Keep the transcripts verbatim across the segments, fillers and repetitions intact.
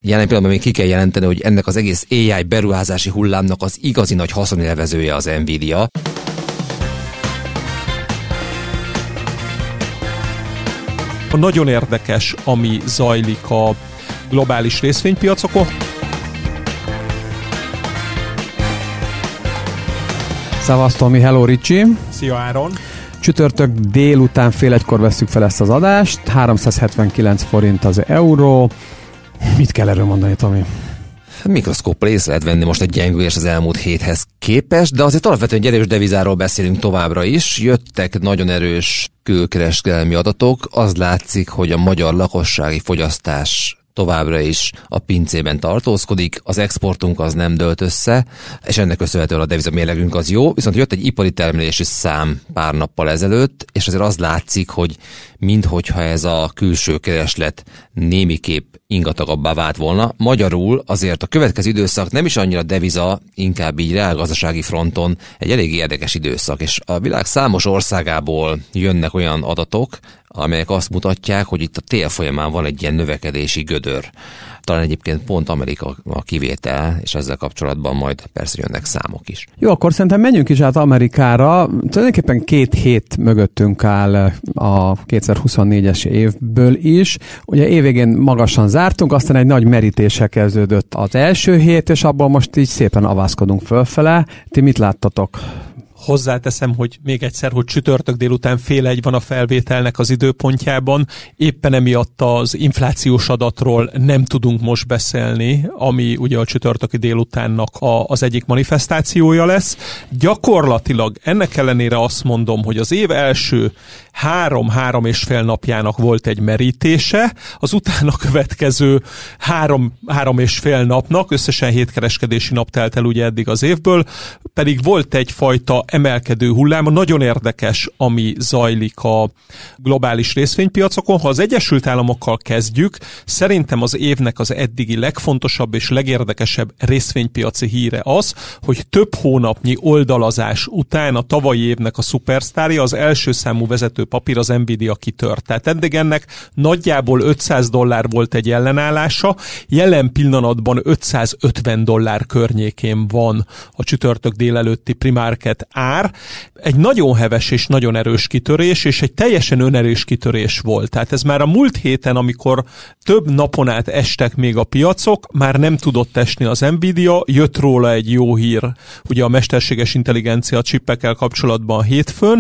jelen pillanatban még ki kell jelenteni, hogy ennek az egész á i beruházási hullámnak az igazi nagy haszonélvezője az Nvidia. Nagyon érdekes, ami zajlik a globális részvénypiacokon. Szevasztok, mi hello Ricsi. Szia Áron. Csütörtök délután fél egykor vesszük fel ezt az adást. háromszázhetvenkilenc forint az euró. Mit kell erről mondani, Tomi? Mikroszkóppal észre lehet venni most egy gyengülés az elmúlt héthez képest, de azért alapvetően egy erős devizáról beszélünk továbbra is. Jöttek nagyon erős külkereskedelmi adatok. Az látszik, hogy a magyar lakossági fogyasztás továbbra is a pincében tartózkodik, az exportunk az nem dőlt össze, és ennek köszönhetően a devizamérlegünk az jó, viszont jött egy ipari termelési szám pár nappal ezelőtt, és azért az látszik, hogy minthogyha ez a külső kereslet némiképp ingatagabbá vált volna. Magyarul azért a következő időszak nem is annyira deviza, inkább így reálgazdasági fronton egy elég érdekes időszak, és a világ számos országából jönnek olyan adatok, amelyek azt mutatják, hogy itt a tél folyamán van egy ilyen növekedési gödör. Talán egyébként pont Amerika a kivétel, és ezzel kapcsolatban majd persze jönnek számok is. Jó, akkor szerintem menjünk is át Amerikára. Tulajdonképpen két hét mögöttünk áll a kétezer-huszonnégyes évből is. Ugye évvégén magasan zártunk, aztán egy nagy merítéssel kezdődött az első hét, és abból most így szépen avászkodunk fölfele. Ti mit láttatok? Hozzáteszem, hogy még egyszer, hogy csütörtök délután fél egy van a felvételnek az időpontjában. Éppen emiatt az inflációs adatról nem tudunk most beszélni, ami ugye a csütörtöki délutánnak a, az egyik manifestációja lesz. Gyakorlatilag ennek ellenére azt mondom, hogy az év első három-három és fél napjának volt egy merítése, az utána következő három, három és fél napnak, összesen hét kereskedési nap telt el ugye eddig az évből, pedig volt egyfajta emelkedő hullám. Nagyon érdekes, ami zajlik a globális részvénypiacokon. Ha az Egyesült Államokkal kezdjük, szerintem az évnek az eddigi legfontosabb és legérdekesebb részvénypiaci híre az, hogy több hónapnyi oldalazás után a tavalyi évnek a szupersztárja, az első számú vezető papír, az Nvidia kitört. Tehát eddig ennek nagyjából ötszáz dollár volt egy ellenállása, jelen pillanatban ötszázötven dollár környékén van a csütörtök délelőtti pre-market ár. Egy nagyon heves és nagyon erős kitörés, és egy teljesen önerős kitörés volt. Tehát ez már a múlt héten, amikor több napon át estek még a piacok, már nem tudott esni az Nvidia, jött róla egy jó hír, ugye a mesterséges intelligencia csippekkel kapcsolatban hétfőn,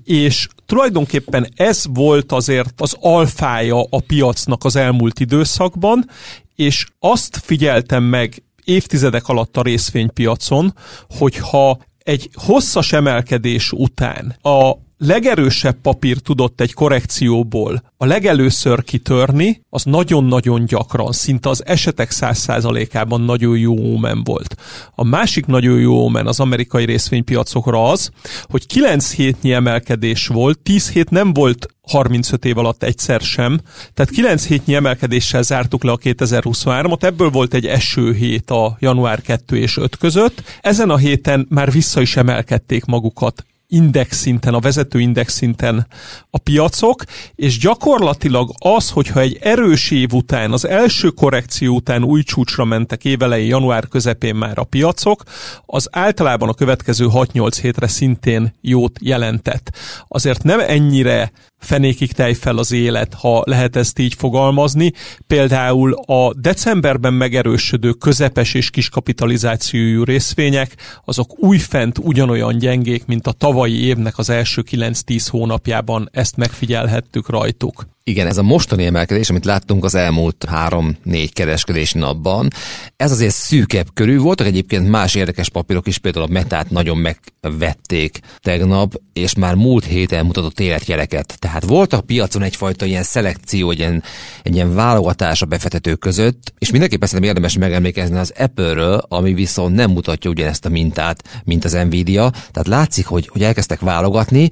és tulajdonképpen ez volt azért az alfája a piacnak az elmúlt időszakban, és azt figyeltem meg évtizedek alatt a részvénypiacon, hogyha egy hosszas emelkedés után a legerősebb papír tudott egy korrekcióból a legelőször kitörni, az nagyon-nagyon gyakran, szinte az esetek száz százalékában nagyon jó ómen volt. A másik nagyon jó ómen az amerikai részvénypiacokra az, hogy kilenc hétnyi emelkedés volt, tíz hét nem volt harmincöt év alatt egyszer sem, tehát kilenc hétnyi emelkedéssel zártuk le a kétezer-huszonhármat, ebből volt egy eső hét a január kettő és öt között, ezen a héten már vissza is emelkedték magukat index szinten, a vezető index szinten a piacok, és gyakorlatilag az, hogyha egy erős év után, az első korrekció után új csúcsra mentek évelején, január közepén már a piacok, az általában a következő hat-nyolc hétre szintén jót jelentett. Azért nem ennyire fenékig tej fel az élet, ha lehet ezt így fogalmazni. Például a decemberben megerősödő közepes és kis kapitalizációjú részvények, azok újfent ugyanolyan gyengék, mint a tavalyi évnek az első kilenc-tíz hónapjában, ezt megfigyelhettük rajtuk. Igen, ez a mostani emelkedés, amit láttunk az elmúlt három-négy kereskedési napban, ez azért szűkebb körül. Voltak egyébként más érdekes papírok is, például a Metát nagyon megvették tegnap, és már múlt héten mutatott életjeleket. Tehát volt a piacon egyfajta ilyen szelekció, egy ilyen, egy ilyen válogatás a befektetők között, és mindenképpen szerintem érdemes megemlékezni az Apple-ről, ami viszont nem mutatja ugyanezt a mintát, mint az Nvidia. Tehát látszik, hogy, hogy elkezdtek válogatni.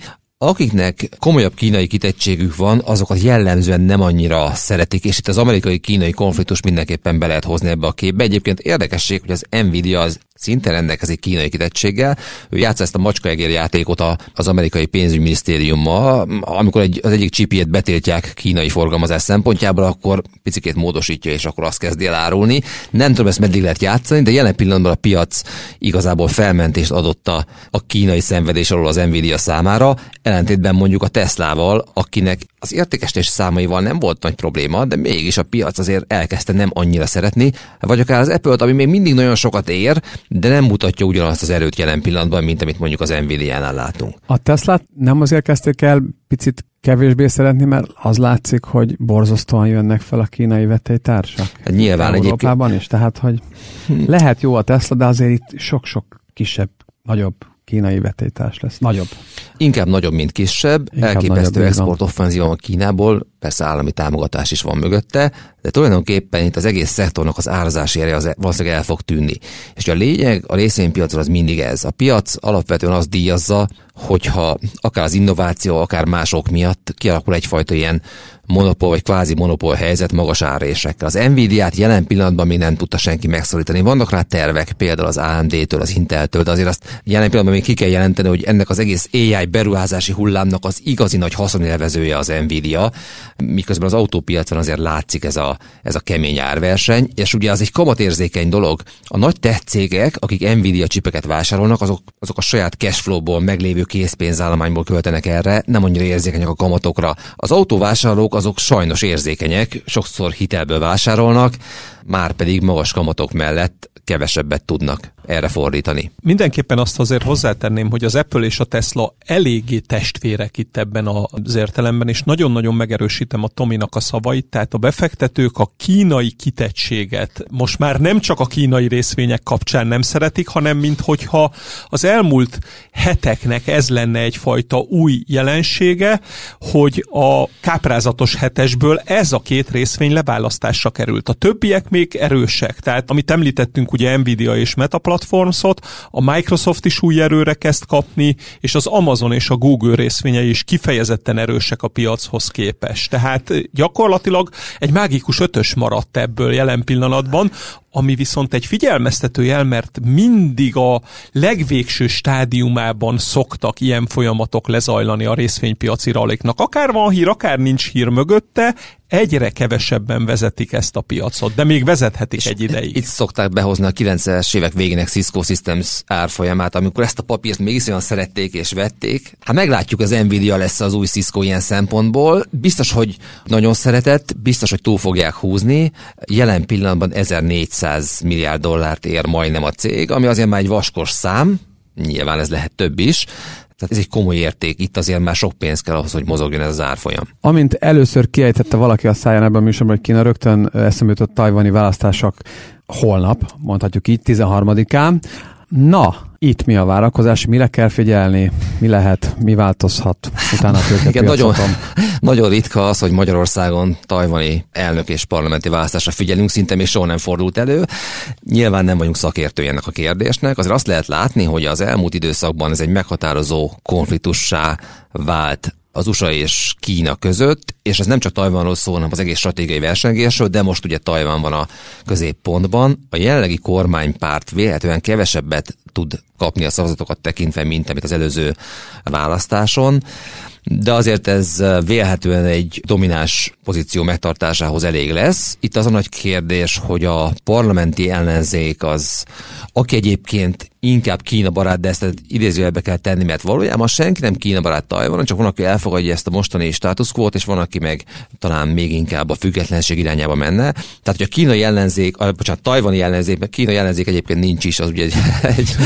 akiknek komolyabb kínai kitettségük van, azokat jellemzően nem annyira szeretik, és itt az amerikai-kínai konfliktus mindenképpen be lehet hozni ebbe a képbe. Egyébként érdekesség, hogy az Nvidia az szinte rendelkezik kínai kitettséggel. Ő játsza ezt a macskaegér játékot az amerikai pénzügyminisztériummal, amikor egy, az egyik csipjét betiltják kínai forgalmazás szempontjából, akkor picikét módosítja, és akkor azt kezdi el árulni. Nem tudom, ezt meddig lehet játszani, de jelen pillanatban a piac igazából felmentést adott a, a kínai szenvedés alól az Nvidia számára, ellentétben mondjuk a Teslával, akinek az értékesítési számaival nem volt nagy probléma, de mégis a piac azért elkezdte nem annyira szeretni, vagy akár az Apple-t, ami még mindig nagyon sokat ér, de nem mutatja ugyanazt az erőt jelen pillanatban, mint amit mondjuk az Nvidia-nál látunk. A Teslát nem azért kezdték el picit kevésbé szeretni, mert az látszik, hogy borzasztóan jönnek fel a kínai vetélytársak. Hát nyilván Európában egyébként is, tehát hogy lehet jó a Tesla, de azért itt sok-sok kisebb, nagyobb kínai vetélytárs lesz. Nagyobb. Inkább nagyobb, mint kisebb. Inkább elképesztő exportoffenzíva a Kínából, persze állami támogatás is van mögötte, de tulajdonképpen itt az egész szektornak az árazási ereje az valószínűleg el fog tűnni. És a lényeg a részvénypiacon az mindig ez. A piac alapvetően azt díjazza, hogyha akár az innováció, akár mások miatt kialakul egyfajta ilyen monopól vagy kvázi monopól helyzet magas árésekkel. Az Nvidia-t jelen pillanatban még nem tudta senki megszorítani. Vannak rá tervek, például az á em dé-től, az Intel-től, de azért azt jelen pillanatban még ki kell jelenteni, hogy ennek az egész á i beruházási hullámnak az igazi nagy haszonélvezője az Nvidia, miközben az autópiacon azért látszik ez a, ez a kemény árverseny, és ugye az egy kamatérzékeny dolog. A nagy tech cégek, akik Nvidia csipeket vásárolnak, azok, azok a saját cashflow-ból meglévő készpénzállományból költenek erre, nem annyira érzékenyek a kamatokra. Az autóvásárlók azok sajnos érzékenyek, sokszor hitelből vásárolnak, már pedig magas kamatok mellett kevesebbet tudnak erre fordítani. Mindenképpen azt azért hozzátenném, hogy az Apple és a Tesla eléggé testvérek itt ebben az értelemben, és nagyon-nagyon megerősítem a Tominak a szavait, tehát a befektetők a kínai kitettséget most már nem csak a kínai részvények kapcsán nem szeretik, hanem minthogyha az elmúlt heteknek ez lenne egyfajta új jelensége, hogy a káprázatos hetesből ez a két részvény leválasztásra került. A többiek még erősek, tehát amit említettünk, ugye Nvidia és Meta Platformsot, a Microsoft is új erőre kezd kapni, és az Amazon és a Google részvényei is kifejezetten erősek a piachoz képest. Tehát gyakorlatilag egy mágikus ötös maradt ebből jelen pillanatban, ami viszont egy figyelmeztető jel, mert mindig a legvégső stádiumában szoktak ilyen folyamatok lezajlani a részvénypiaci ralliknak. Akár van hír, akár nincs hír mögötte, egyre kevesebben vezetik ezt a piacot, de még vezethetik egy ideig. Itt szokták behozni a kilencvenes évek végének Cisco Systems árfolyamát, amikor ezt a papírt mégis olyan szerették és vették. Hát meglátjuk, az Nvidia lesz az új Cisco ilyen szempontból. Biztos, hogy nagyon szeretett, biztos, hogy túl fogják húzni. Jelen pillanatban ezernégyszáz milliárd dollárt ér majdnem a cég, ami azért már egy vaskos szám, nyilván ez lehet több is. Tehát ez egy komoly érték, itt azért már sok pénz kell ahhoz, hogy mozogjon ez az árfolyam. Amint először kiejtette valaki a száján ebben a műsorban, hogy Kína, rögtön eszembe jutott tajvani választások holnap, mondhatjuk így, tizenharmadikán. Na, itt mi a várakozás, mire kell figyelni, mi lehet, mi változhat utána a tőkepiacokon? nagyon, nagyon ritka az, hogy Magyarországon tajvani elnök és parlamenti választásra figyelünk, szinte még soha nem fordult elő. Nyilván nem vagyunk szakértői ennek a kérdésnek, azért azt lehet látni, hogy az elmúlt időszakban ez egy meghatározó konfliktussá vált az u es á és Kína között, és ez nem csak Tajvanról szól, hanem az egész stratégiai versengésről, de most ugye Tajvan van a középpontban. A jelenlegi kormánypárt véletlenül kevesebbet tud kapni a szavazatokat tekintve, mint amit az előző választáson, de azért ez vélhetően egy domináns pozíció megtartásához elég lesz. Itt az a nagy kérdés, hogy a parlamenti ellenzék az, aki egyébként inkább Kína barát, de ezt idézőjelbe kell tenni, mert valójában senki nem Kína barát Tajvanon, csak van, aki elfogadja ezt a mostani status quót, és van, aki meg talán még inkább a függetlenség irányába menne. Tehát, hogy a kínai ellenzék, a, bocsánat, tajvani ellenzék, mert kínai ellenzék egyébként nincs is, az ugye egy, egy,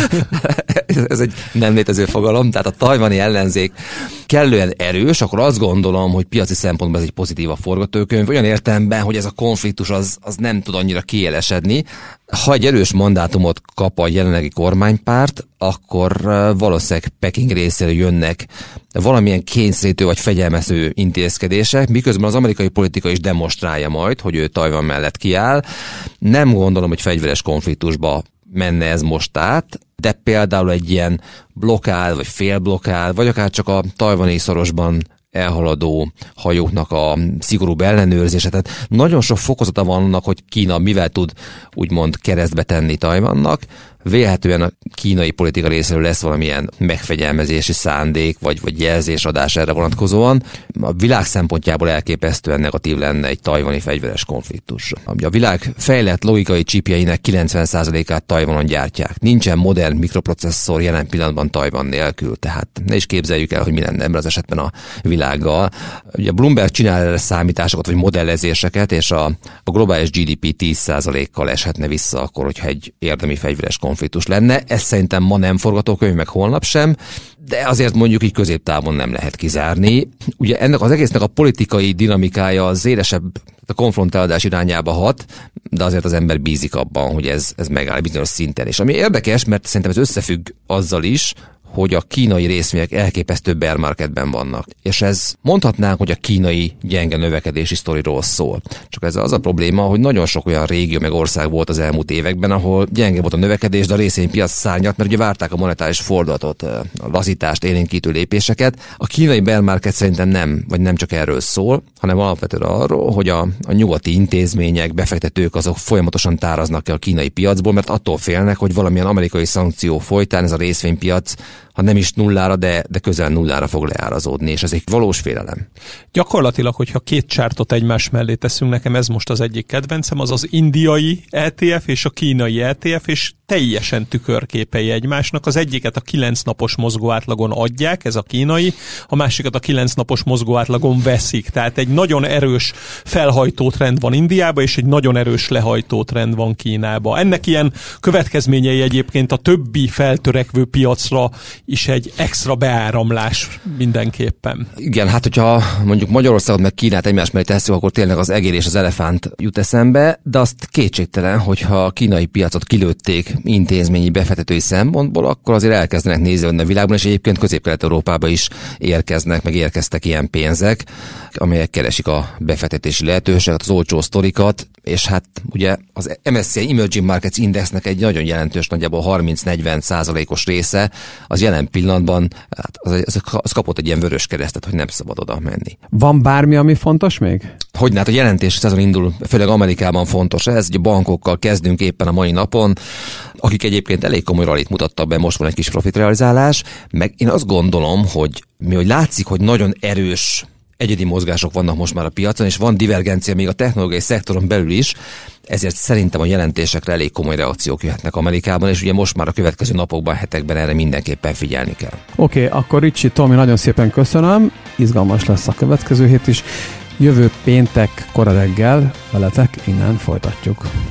ez egy nem létező fogalom, tehát a tajvani ellenzék kellően erős, akkor azt gondolom, hogy piaci szempontból ez egy pozitív a forgatókönyv, olyan értelemben, hogy ez a konfliktus az, az nem tud annyira kiélesedni. Ha egy erős mandátumot kap a jelenlegi kormánypárt, akkor valószínűleg Peking részéről jönnek valamilyen kényszerítő vagy fegyelmező intézkedések, miközben az amerikai politika is demonstrálja majd, hogy ő Tajvan mellett kiáll. Nem gondolom, hogy fegyveres konfliktusba menne ez most át, de például egy ilyen blokkád, vagy félblokkád, vagy akár csak a tajvani szorosban elhaladó hajóknak a szigorúbb ellenőrzése. Tehát nagyon sok fokozata van annak, hogy Kína mivel tud úgymond keresztbe tenni Tajvannak. Vélhetően a kínai politika részéről lesz valamilyen megfegyelmezési szándék, vagy, vagy jelzésadás erre vonatkozóan. A világ szempontjából elképesztően negatív lenne egy tajvani fegyveres konfliktus. A világ fejlett logikai csipjeinek kilencven százalékát Tajvanon gyártják. Nincsen modern mikroprocesszor jelen pillanatban Tajvan nélkül, tehát ne is képzeljük el, hogy mi lenne ebben az esetben a világgal. Ugye a Bloomberg csinál erre számításokat, vagy modellezéseket, és a, a globális gé dé pé tíz százalékkal eshetne vissza akkor, hogyha egy érdemi fegyveres konfliktus lenne. Ez szerintem ma nem forgatókönyv, meg holnap sem, de azért mondjuk így középtávon nem lehet kizárni. Ugye ennek az egésznek a politikai dinamikája az élesebb a konfrontálódás irányába hat, de azért az ember bízik abban, hogy ez, ez megáll bizonyos szinten. És ami érdekes, mert szerintem ez összefügg azzal is, hogy a kínai részvények elképesztő bear marketben vannak. És ez mondhatnánk, hogy a kínai gyenge növekedési sztoriról szól. Csak ez az a probléma, hogy nagyon sok olyan régió meg ország volt az elmúlt években, ahol gyenge volt a növekedés, de a részvénypiac szárnyat, mert ugye várták a monetáris fordulatot, a lazítást, élénkítő lépéseket. A kínai bear market szerintem nem, vagy nem csak erről szól, hanem alapvetően arról, hogy a, a nyugati intézmények, befektetők azok folyamatosan táraznak ki a kínai piacból, mert attól félnek, hogy valamilyen amerikai szankció folytán ez a részvénypiac, ha nem is nullára, de, de közel nullára fog leárazódni, és ez egy valós félelem. Gyakorlatilag, hogyha két csártot egymás mellé teszünk, nekem ez most az egyik kedvencem, az az indiai é té ef és a kínai é té ef, és teljesen tükörképei egymásnak. Az egyiket a kilenc napos mozgóátlagon adják, ez a kínai, a másikat a kilenc napos mozgóátlagon veszik. Tehát egy nagyon erős felhajtó trend van Indiában, és egy nagyon erős lehajtó trend van Kínában. Ennek ilyen következményei egyébként a többi feltörekvő piacra is egy extra beáramlás mindenképpen. Igen, hát hogyha mondjuk Magyarországot meg Kínát egymás mellé tesszük, akkor tényleg az egér és az elefánt jut eszembe, de azt kétségtelen, hogyha a kínai piacot kilőtték intézményi befektetői szempontból, akkor azért elkezdenek nézni a világban, és egyébként Közép-Kelet-Európába is érkeznek, meg érkeztek ilyen pénzek, amelyek keresik a befektetési lehetőséget, az olcsó sztorikat, és hát ugye az em es cé i Emerging Markets Indexnek egy nagyon jelentős, nagyjából harminc-negyven százalékos része, az jelen pillanatban hát az, az, az kapott egy ilyen vörös keresztet, hogy nem szabad oda menni. Van bármi, ami fontos még? Hogyne, hát a jelentés szezon indul, főleg Amerikában fontos ez, hogy a bankokkal kezdünk éppen a mai napon, akik egyébként elég komoly rallit mutattak be, most van egy kis profitrealizálás, meg én azt gondolom, hogy mi, hogy látszik, hogy nagyon erős egyedi mozgások vannak most már a piacon, és van divergencia még a technológiai szektoron belül is, ezért szerintem a jelentésekre elég komoly reakciók jöhetnek Amerikában, és ugye most már a következő napokban, hetekben erre mindenképpen figyelni kell. Oké, okay, akkor Ricsi, Tomi, nagyon szépen köszönöm, izgalmas lesz a következő hét is. Jövő péntek kora reggel veletek innen folytatjuk.